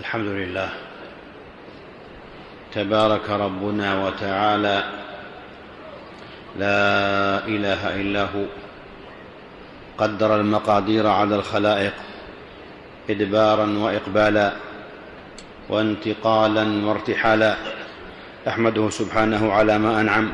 الحمد لله تبارك ربنا وتعالى، لا إله إلا هو، قدر المقادير على الخلائق إدبارا وإقبالا وانتقالا وارتحالا. أحمده سبحانه على ما أنعم،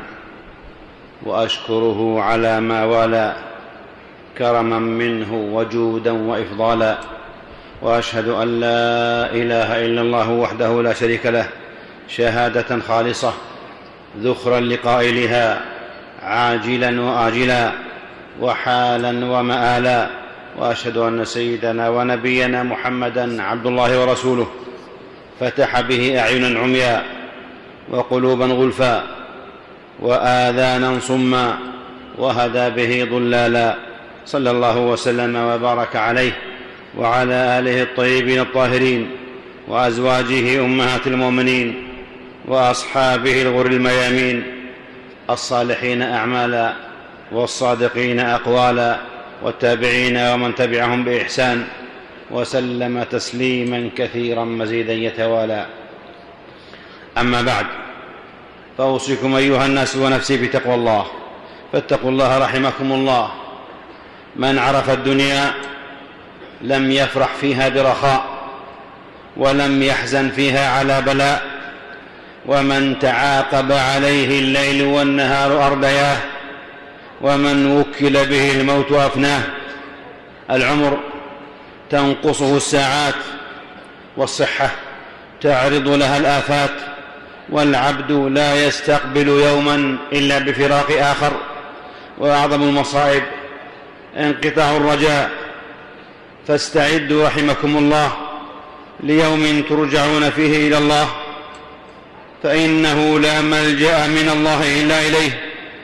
وأشكره على ما والى كرما منه وجودا وإفضالا، وأشهد أن لا إله إلا الله وحده لا شريك له شهادة خالصة ذخرا لقائلها عاجلا وآجلا وحالا ومآلا. وأشهد أن سيدنا ونبينا محمدا عبد الله ورسوله، فتح به أعينا عميا وقلوبا غلفا وآذانا صما وهدى به ضلالا. صلى الله وسلم وبارك عليه وعلى آله الطيبين الطاهرين وأزواجه أمهات المؤمنين وأصحابه الغر الميامين الصالحين أعمالا والصادقين أقوالا والتابعين ومن تبعهم بإحسان وسلم تسليما كثيرا مزيدا يتوالى. أما بعد، فأوصيكم أيها الناس ونفسي بتقوى الله، فاتقوا الله رحمكم الله. من عرف الدنيا لم يفرح فيها برخاء، ولم يحزن فيها على بلاء، ومن تعاقب عليه الليل والنهار أردياه، ومن وكل به الموت أفناه. العمر تنقصه الساعات، والصحة تعرض لها الآفات، والعبد لا يستقبل يوما إلا بفراق آخر. وأعظم المصائب انقطاع الرجاء. فاستعدوا رحمكم الله ليوم ترجعون فيه إلى الله، فإنه لا ملجأ من الله إلا إليه.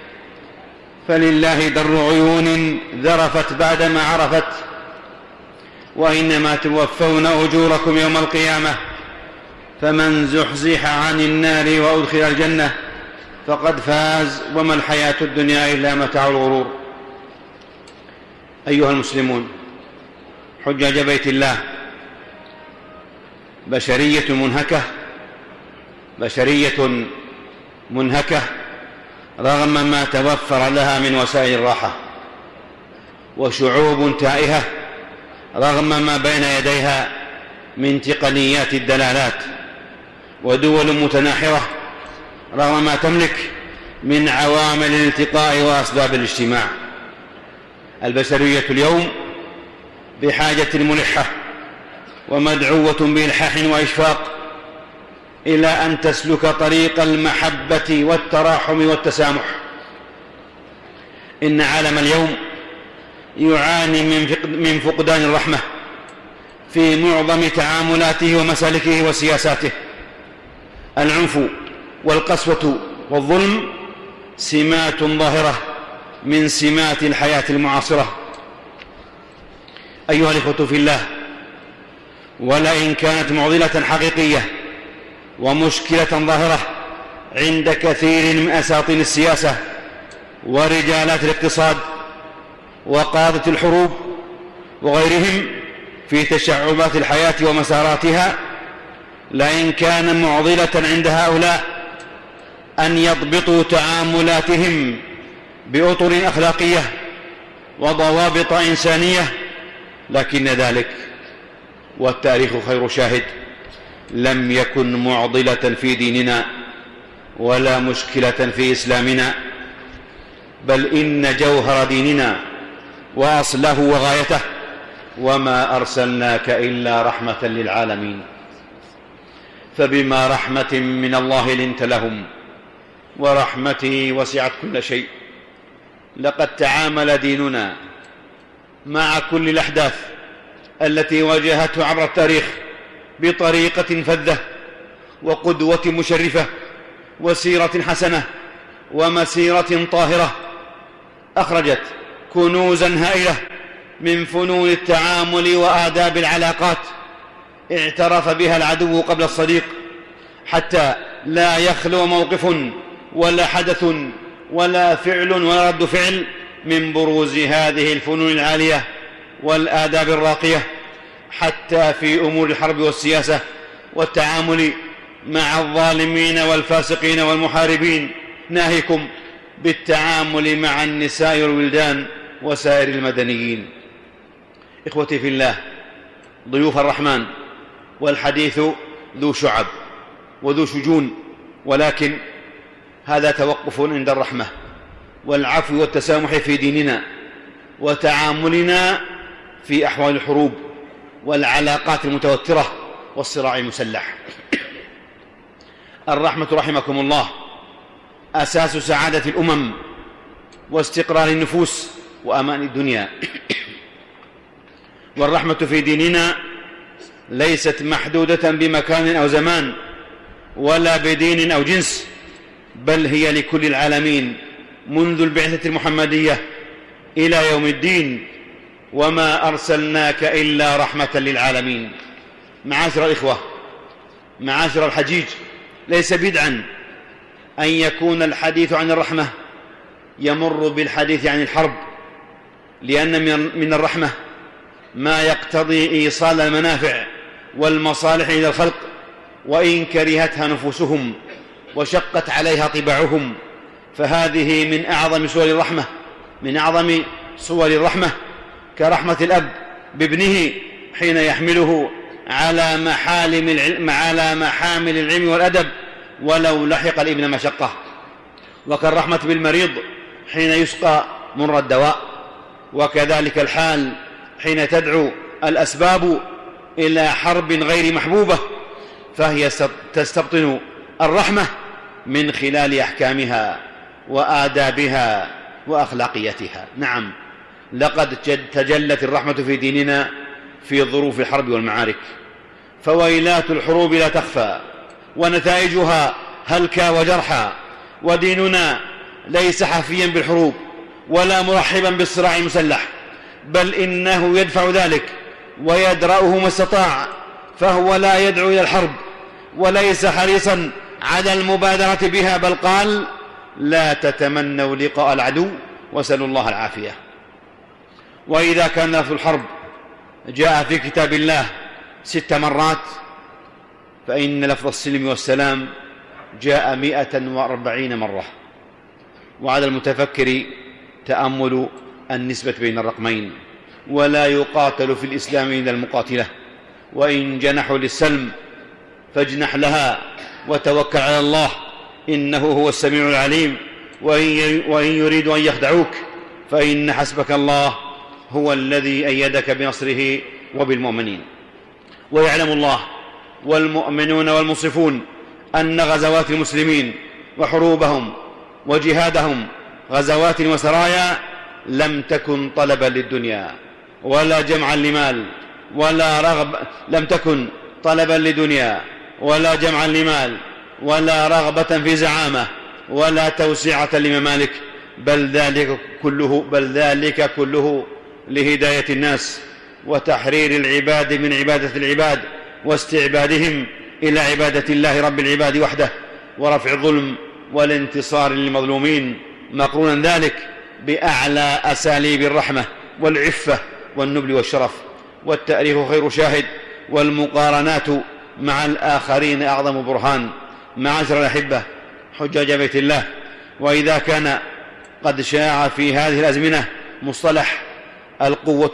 فلله در عيون ذرفت بعدما عرفت، وإنما توفون أجوركم يوم القيامة. فمن زحزح عن النار وأدخل الجنة فقد فاز، وما الحياة الدنيا إلا متاع الغرور. أيها المسلمون، حجاج بيت الله بشرية منهكة رغم ما توفر لها من وسائل الراحة، وشعوب تائهة رغم ما بين يديها من تقنيات الدلالات، ودول متناحرة رغم ما تملك من عوامل الالتقاء وأسباب الاجتماع. البشرية اليوم بحاجة ملحة ومدعوة بإلحاح وإشفاق إلى أن تسلك طريق المحبة والتراحم والتسامح. إن عالم اليوم يعاني من فقدان الرحمة في معظم تعاملاته ومسالكه وسياساته. العنف والقسوة والظلم سمات ظاهرة من سمات الحياة المعاصرة. أيها الإخوة في الله، ولئن كانت معضلة حقيقية ومشكلة ظاهرة عند كثير من أساطين السياسة ورجالات الاقتصاد وقادة الحروب وغيرهم في تشعبات الحياة ومساراتها، لئن كان معضلة عند هؤلاء أن يضبطوا تعاملاتهم بأطر أخلاقية وضوابط إنسانية، لكن ذلك والتاريخ خير شاهد لم يكن معضلة في ديننا ولا مشكلة في إسلامنا، بل إن جوهر ديننا وأصله وغايته: وما أرسلناك إلا رحمة للعالمين. فبما رحمة من الله لنت لهم، ورحمتي وسعت كل شيء. لقد تعامل ديننا مع كل الأحداث التي واجهته عبر التاريخ بطريقة فذة وقدوة مشرفة وسيرة حسنة ومسيرة طاهرة، أخرجت كنوزا هائلة من فنون التعامل وآداب العلاقات اعترف بها العدو قبل الصديق، حتى لا يخلو موقف ولا حدث ولا فعل ولا رد فعل من بروز هذه الفنون العالية والآداب الراقية، حتى في أمور الحرب والسياسة والتعامل مع الظالمين والفاسقين والمحاربين، ناهيكم بالتعامل مع النساء والولدان وسائر المدنيين. إخوتي في الله، ضيوف الرحمن، والحديث ذو شعب وذو شجون، ولكن هذا توقف عند الرحمة والعفو والتسامح في ديننا وتعاملنا في أحوال الحروب والعلاقات المتوترة والصراع المسلح. الرحمة رحمكم الله أساس سعادة الأمم واستقرار النفوس وأمان الدنيا. والرحمة في ديننا ليست محدودة بمكان أو زمان ولا بدين أو جنس، بل هي لكل العالمين منذ البعثة المحمدية إلى يوم الدين، وما أرسلناك إلا رحمة للعالمين. معاشر الإخوة، معاشر الحجيج، ليس بدعا أن يكون الحديث عن الرحمة يمر بالحديث عن الحرب، لأن من الرحمة ما يقتضي إيصال المنافع والمصالح إلى الخلق، وإن كرهتها نفوسهم وشقت عليها طباعهم، فهذه من أعظم صور الرحمة، من أعظم صور الرحمة، كرحمة الأب بابنه حين يحمله على محامل العلم والأدب ولو لحق الابن مشقة، وكالرحمة بالمريض حين يسقى مر الدواء، وكذلك الحال حين تدعو الأسباب إلى حرب غير محبوبة، فهي تستبطن الرحمة من خلال أحكامها وآدابها وأخلاقيتها. نعم، لقد تجلت الرحمة في ديننا في ظروف الحرب والمعارك، فويلات الحروب لا تخفى ونتائجها هلكا وجرحا، وديننا ليس حفيا بالحروب ولا مرحبا بالصراع المسلح، بل إنه يدفع ذلك ويدرأه ما استطاع، فهو لا يدعو إلى الحرب وليس حريصا على المبادرة بها، بل قال: لا تتمنوا لقاء العدو وسلوا الله العافية. وإذا كان لفظ الحرب جاء في كتاب الله 6 مرات، فإن لفظ السلم والسلام جاء 140 مرة. وعلى المتفكر تأمل النسبة بين الرقمين، ولا يقاتل في الإسلام إلا المقاتلة، وإن جنحوا للسلم فاجنح لها وتوكل على الله إنه هو السميع العليم، وإن يريدوا أن يخدعوك فإن حسبك الله هو الذي أيدك بنصره وبالمؤمنين. ويعلم الله والمؤمنون والمنصفون أن غزوات المسلمين وحروبهم وجهادهم غزوات وسرايا لم تكن طلبا للدنيا ولا جمعا لمال لم تكن طلبا لدنيا ولا جمعا لمال ولا رغبة في زعامة ولا توسعة لممالك، بل ذلك كله لهداية الناس وتحرير العباد من عبادة العباد واستعبادهم إلى عبادة الله رب العباد وحده، ورفع الظلم والانتصار للمظلومين، مقرونا ذلك بأعلى أساليب الرحمة والعفة والنبل والشرف. والتاريخ خير شاهد، والمقارنات مع الآخرين أعظم برهان. معاشر الأحبة حجاج بيت الله، وإذا كان قد شاع في هذه الأزمنة مصطلح القوة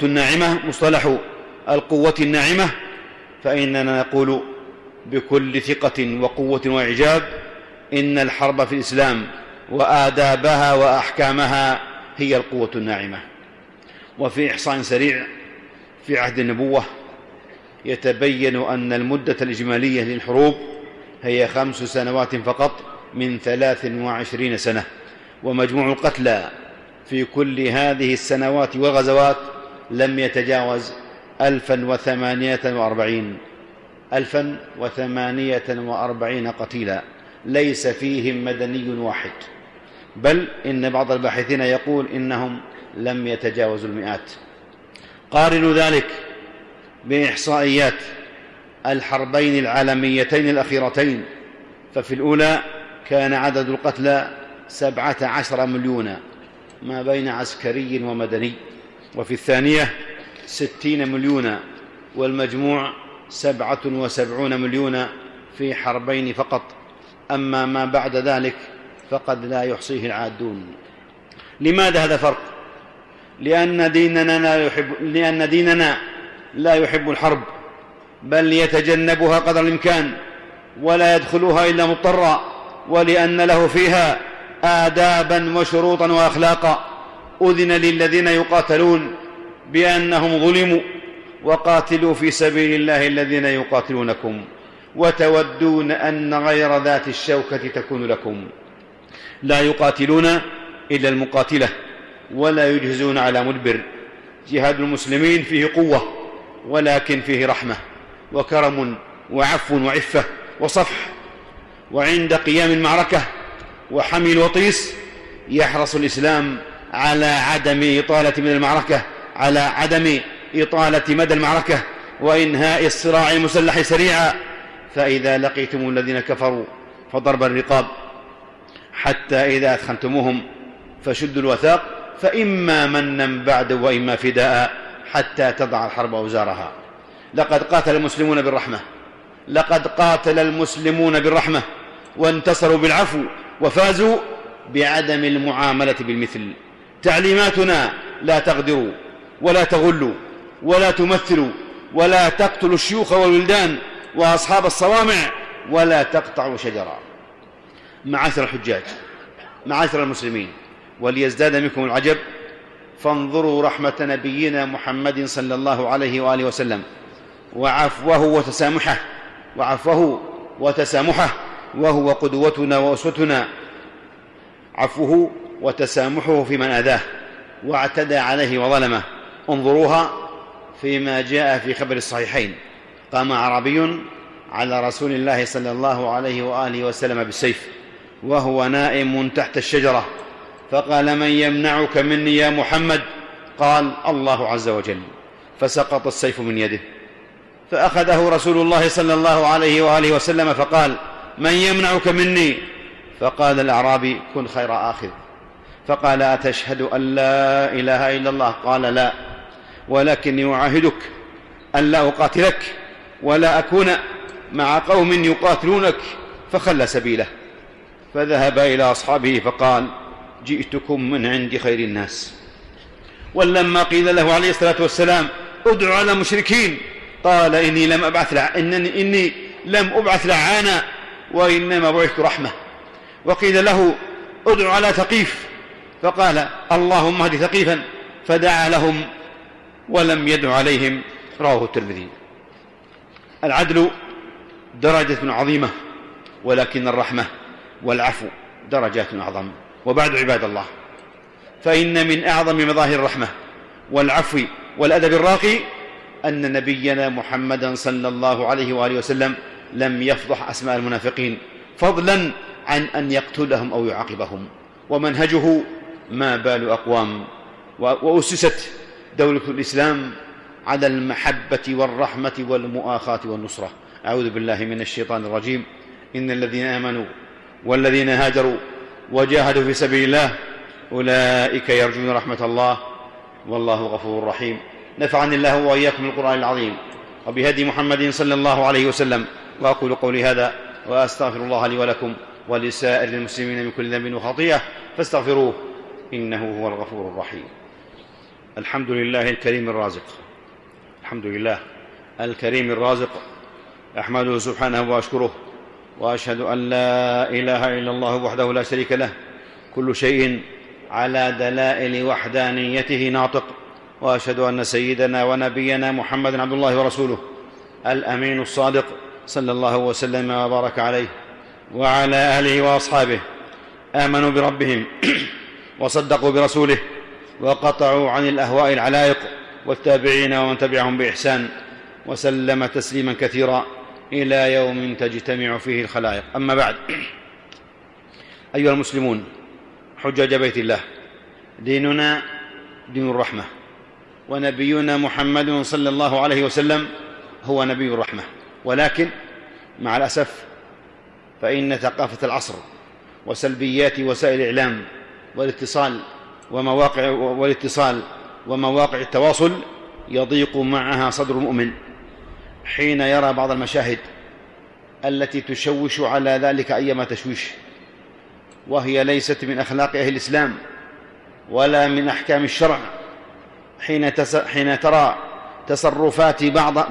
الناعمة، فإننا نقول بكل ثقة وقوة وإعجاب إن الحرب في الإسلام وآدابها وأحكامها هي القوة الناعمة. وفي إحصاء سريع في عهد النبوة يتبين أن المدة الإجمالية للحروب هي 5 سنوات فقط من 23 سنة، ومجموع القتلى في كل هذه السنوات والغزوات لم يتجاوز 1048 قتيلا، ليس فيهم مدني واحد، بل إن بعض الباحثين يقول إنهم لم يتجاوزوا 100. قارنوا ذلك بإحصائيات الحربين العالميتين الأخيرتين، ففي الأولى كان عدد القتلى 17 مليون ما بين عسكري ومدني، وفي الثانية 60 مليون، والمجموع 77 مليون في حربين فقط، أما ما بعد ذلك فقد لا يحصيه العادون. لماذا هذا فرق؟ لأن ديننا لا يحب الحرب، بل يتجنبها قدر الإمكان ولا يدخلها إلا مضطرا، ولأن له فيها آدابا وشروطا وأخلاقا. أذن للذين يقاتلون بأنهم ظلموا، وقاتلوا في سبيل الله الذين يقاتلونكم، وتودون أن غير ذات الشوكة تكون لكم. لا يقاتلون إلا المقاتلة، ولا يجهزون على مدبر. جهاد المسلمين فيه قوة، ولكن فيه رحمة وكرم وعفو وعفة وصفح. وعند قيام المعركة وحمي الوطيس يحرص الإسلام على عدم إطالة من المعركة، على عدم إطالة مدى المعركة، وإنهاء الصراع المسلح سريعا. فإذا لقيتم الذين كفروا فضرب الرقاب حتى إذا أثخنتموهم فشدوا الوثاق، فإما منا بعد وإما فداء حتى تضع الحرب أوزارها. لقد قاتل المسلمون بالرحمة، لقد قاتل المسلمون بالرحمة، وانتصروا بالعفو، وفازوا بعدم المعاملة بالمثل. تعليماتنا: لا تغدروا، ولا تغلوا، ولا تمثلوا، ولا تقتلوا الشيوخ والولدان وأصحاب الصوامع، ولا تقطعوا شجرا. معاشر الحجاج، معاشر المسلمين، وليزداد منكم العجب، فانظروا رحمة نبينا محمد صلى الله عليه وآله وسلم، وعفوه وتسامحه، وهو قدوتنا وأسوتنا. عفوه وتسامحه في من أذاه واعتدى عليه وظلمه. انظروها فيما جاء في خبر الصحيحين: قام أعرابي على رسول الله صلى الله عليه وآله وسلم بالسيف وهو نائم تحت الشجرة، فقال: من يمنعك مني يا محمد؟ قال: الله عز وجل. فسقط السيف من يده، فأخذه رسول الله صلى الله عليه وآله وسلم فقال: من يمنعك مني؟ فقال الأعرابي: كن خير آخذ. فقال: أتشهد أن لا إله إلا الله؟ قال: لا، ولكني أعاهدك أن لا أقاتلك ولا أكون مع قوم يقاتلونك. فخلى سبيله، فذهب إلى أصحابه فقال: جئتكم من عند خير الناس. ولما قيل له عليه الصلاة والسلام: ادع على المشركين، قال: إني لم أبعث لعانا، وإنما بعثت رحمة. وقيل له: ادع على ثقيف، فقال: اللهم اهد ثقيفا، فدعا لهم ولم يدع عليهم. رواه الترمذي. العدل درجة عظيمة، ولكن الرحمة والعفو درجات أعظم. وبعد، عباد الله، فإن من أعظم مظاهر الرحمة والعفو والأدب الراقي أن نبينا محمدا صلى الله عليه وآله وسلم لم يفضح أسماء المنافقين، فضلا عن أن يقتلهم أو يعاقبهم. ومنهجه ما بال أقوام. وأسست دولة الإسلام على المحبة والرحمة والمؤاخاة والنصرة. أعوذ بالله من الشيطان الرجيم. إن الذين آمنوا والذين هاجروا وجاهدوا في سبيل الله أولئك يرجون رحمة الله، والله غفور رحيم. نفعني الله وإياكم بالقرآن العظيم وبهدي محمد صلى الله عليه وسلم. وأقول قولي هذا وأستغفر الله لي ولكم ولسائر المسلمين من كل ذنب وخطيئة، فاستغفروه إنه هو الغفور الرحيم. الحمد لله الكريم الرازق، الحمد لله الكريم الرازق، أحمده سبحانه وأشكره، وأشهد أن لا إله إلا الله وحده لا شريك له، كل شيء على دلائل وحدانيته ناطق. وأشهد أن سيدنا ونبينا محمد عبد الله ورسوله الأمين الصادق، صلى الله وسلم وبارك عليه وعلى آله وأصحابه. آمنوا بربهم وصدقوا برسوله، وقطعوا عن الأهواء العلائق، والتابعين ومن تبعهم بإحسان، وسلم تسليما كثيرا إلى يوم تجتمع فيه الخلائق. أما بعد، أيها المسلمون حجاج بيت الله، ديننا دين الرحمة، ونبينا محمد صلى الله عليه وسلم هو نبي الرحمة. ولكن مع الأسف فإن ثقافة العصر وسلبيات وسائل الإعلام ومواقع التواصل يضيق معها صدر المؤمن، حين يرى بعض المشاهد التي تشوش على ذلك أيما تشويش، وهي ليست من أخلاق أهل الإسلام ولا من أحكام الشرع، حين ترى تصرفات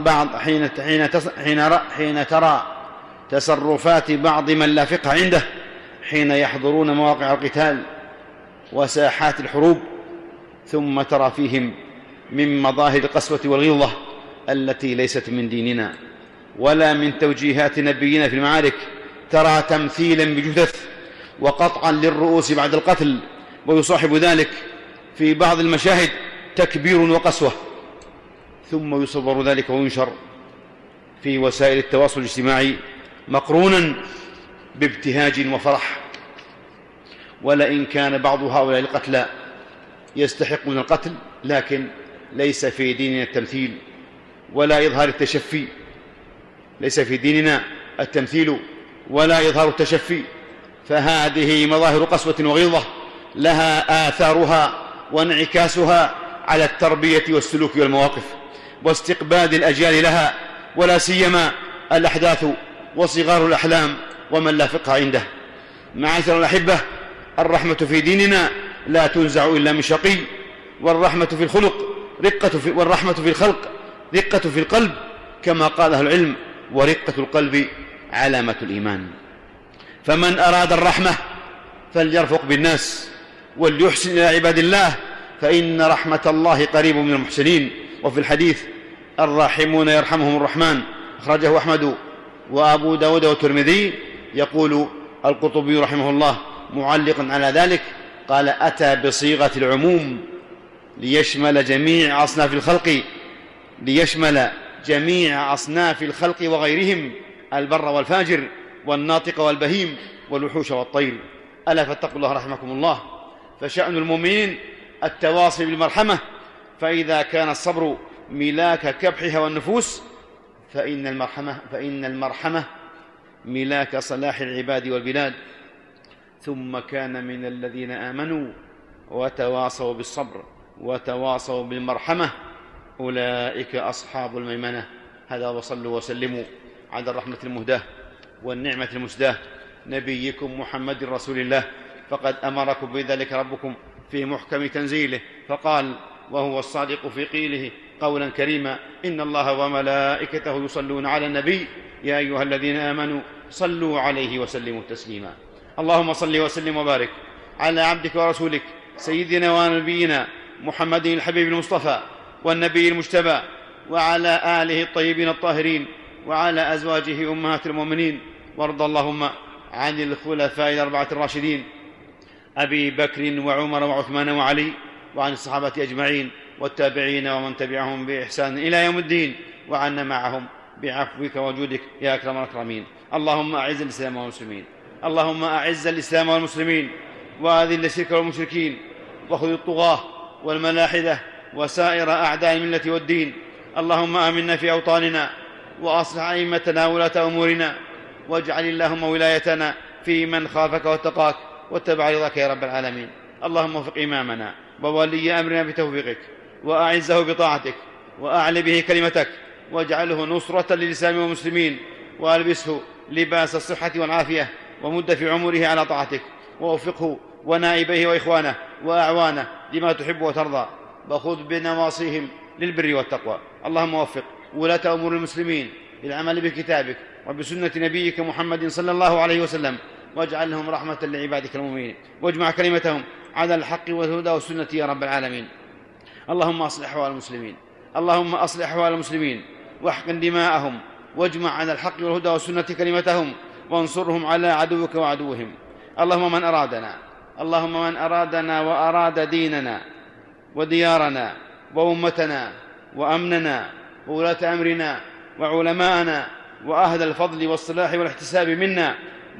حين ترى تصرفات بعض من لا فقه عنده حين يحضرون مواقع القتال وساحات الحروب، ثم ترى فيهم من مظاهر القسوة والغلظة التي ليست من ديننا ولا من توجيهات نبينا في المعارك، ترى تمثيلا بجثث وقطعا للرؤوس بعد القتل، ويصاحب ذلك في بعض المشاهد تكبير وقسوة، ثم يصور ذلك وينشر في وسائل التواصل الاجتماعي مقرونا بابتهاج وفرح. ولئن كان بعض هؤلاء القتلى يستحقون القتل، لكن ليس في ديننا التمثيل ولا إظهار التشفي، ليس في ديننا التمثيل ولا إظهار التشفي، فهذه مظاهر قسوة وغلظة لها آثارها وانعكاسها على التربية والسلوك والمواقف واستقبال الأجيال لها، ولا سيما الأحداث وصغار الأحلام ومن لا فقه عنده. معاشر الأحبة، الرحمة في ديننا لا تنزع إلا من شقي، والرحمة في الخلق والرحمة في الخلق رقة في القلب، كما قال أهل العلم: ورقة القلب علامة الإيمان. فمن أراد الرحمة فليرفق بالناس وليحسن إلى عباد الله، فإن رحمة الله قريب من المحسنين. وفي الحديث: الراحمون يرحمهم الرحمن، أخرجه أحمد وأبو داود والترمذي. يقول القرطبي رحمه الله معلقا على ذلك، قال: أتى بصيغة العموم ليشمل جميع أصناف الخلق وغيرهم، البر والفاجر والناطق والبهيم والوحوش والطير. ألا فاتقوا الله رحمكم الله. فشأن المؤمنين التواصي بالمرحمة، فإذا كان الصبر ملاك كبحها والنفوس فإن المرحمة ملاك صلاح العباد والبلاد. ثم كان من الذين آمنوا وتواصوا بالصبر وتواصوا بالمرحمة أولئك أصحاب الميمنة. هذا، وصلوا وسلموا على الرحمة المهداة والنعمة المسداة نبيكم محمد رسول الله، فقد أمركم بذلك ربكم في محكم تنزيله، فقال وهو الصادق في قيله قولا كريما: إن الله وملائكته يصلون على النبي يا أيها الذين آمنوا صلوا عليه وسلموا تسليما. اللهم صل وسلم وبارك على عبدك ورسولك سيدنا ونبينا محمد الحبيب المصطفى والنبي المجتبى، وعلى آله الطيبين الطاهرين، وعلى أزواجه أمهات المؤمنين. وارض اللهم عن الخلفاء الأربعة الراشدين أبي بكر وعمر وعثمان وعلي، وعن الصحابة أجمعين والتابعين ومن تبعهم بإحسان إلى يوم الدين، وعنا معهم بعفوك وجودك يا أكرم الأكرمين. اللهم أعز الإسلام والمسلمين، اللهم أعز الإسلام والمسلمين، وأذل الشرك والمشركين، وخذ الطغاة والملاحدة وسائر أعداء الملة والدين. اللهم آمنا في أوطاننا، وأصلح أئمتنا وولاة أمورنا، واجعل اللهم ولايتنا في من خافك واتقاك واتبع رضاك يا رب العالمين. اللهم وفق إمامنا وولي أمرنا بتوفيقك، وأعزه بطاعتك، وأعل به كلمتك، واجعله نصرة للإسلام والمسلمين، وألبسه لباس الصحة والعافية، ومد في عمره على طاعتك، ووفقه ونائبيه وإخوانه وأعوانه لما تحب وترضى، وخذ بنواصيهم للبر والتقوى. اللهم وفق ولاة أمور المسلمين للعمل بكتابك وبسنة نبيك محمد صلى الله عليه وسلم، واجعلهم رحمة لعبادك المؤمنين، واجمع كلمتهم على الحق والهدى والسنة يا رب العالمين. اللهم أصلح أحوال المسلمين، اللهم أصلح أحوال المسلمين، واحقن دماءهم، واجمع على الحق والهدى والسنة كلمتهم، وانصرهم على عدوك وعدوهم. اللهم من أرادنا وأراد ديننا وديارنا وأمتنا وأمننا وولاة أمرنا وعلماءنا وأهل الفضل والصلاح والاحتساب منا،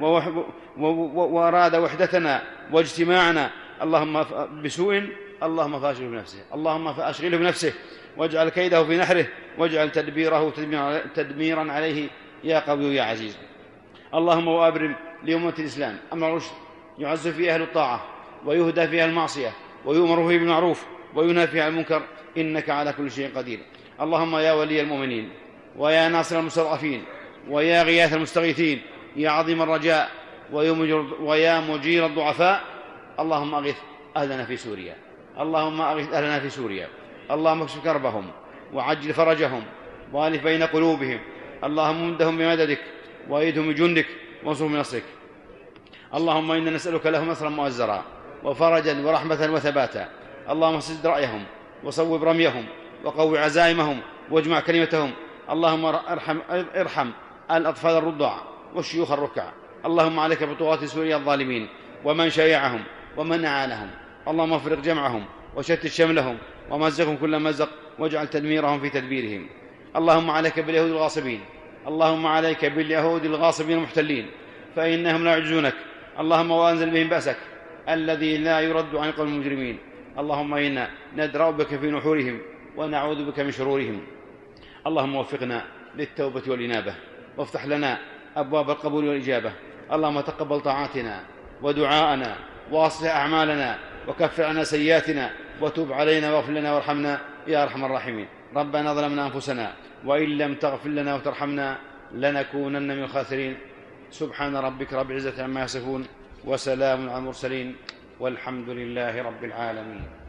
وأراد وحدتنا واجتماعنا اللهم بسوء، اللهم فأشغله بنفسه، واجعل كيده في نحره، واجعل تدبيره تدميرا عليه يا قوي يا عزيز. اللهم وأبرم لأمة الإسلام أمر رشد يعز فيه أهل الطاعة، ويهدى فيها المعصية، ويؤمر فيه بالمعروف، وينهى فيها المنكر، إنك على كل شيء قدير. اللهم يا ولي المؤمنين ويا ناصر المستضعفين، ويا غياث المستغيثين، يا عظيم الرجاء ويا مجير الضعفاء. اللهم أغث أهلنا في سوريا، اللهم أغث أهلنا في سوريا، اللهم اكشف كربهم وعجل فرجهم وألف بين قلوبهم، اللهم مدهم بمددك وأيدهم بجندك وانصرهم بنصرك. اللهم إنا نسألك لهم نصرا مؤزرا وفرجا ورحمة وثباتا. اللهم اسدد رأيهم وصوب رميهم وقو عزائمهم واجمع كلمتهم. اللهم ارحم الأطفال الرضع والشيوخ الركع. اللهم عليك بطغاة سوريا الظالمين ومن شيعهم ومن أعانهم. اللهم افرق جمعهم وشتت شملهم ومزقهم كل مزق واجعل تدميرهم في تدبيرهم. اللهم عليك باليهود الغاصبين، اللهم عليك باليهود الغاصبين المحتلين فإنهم لا يعجزونك. اللهم وأنزل بهم بأسك الذي لا يرد عن القوم المجرمين. اللهم إنا ندرأ بك في نحورهم ونعوذ بك من شرورهم. اللهم وفقنا للتوبة والإنابة وافتح لنا أبواب القبول والإجابة. اللهم تقبل طاعاتنا ودعاءنا وأصلح أعمالنا وكفر عنا سيئاتنا وتب علينا واغفر لنا وارحمنا يا أرحم الراحمين. ربنا ظلمنا أنفسنا وإن لم تغفر لنا وترحمنا لنكونن من الخاسرين. سبحان ربك رب العزة عما يصفون وسلام على المرسلين والحمد لله رب العالمين.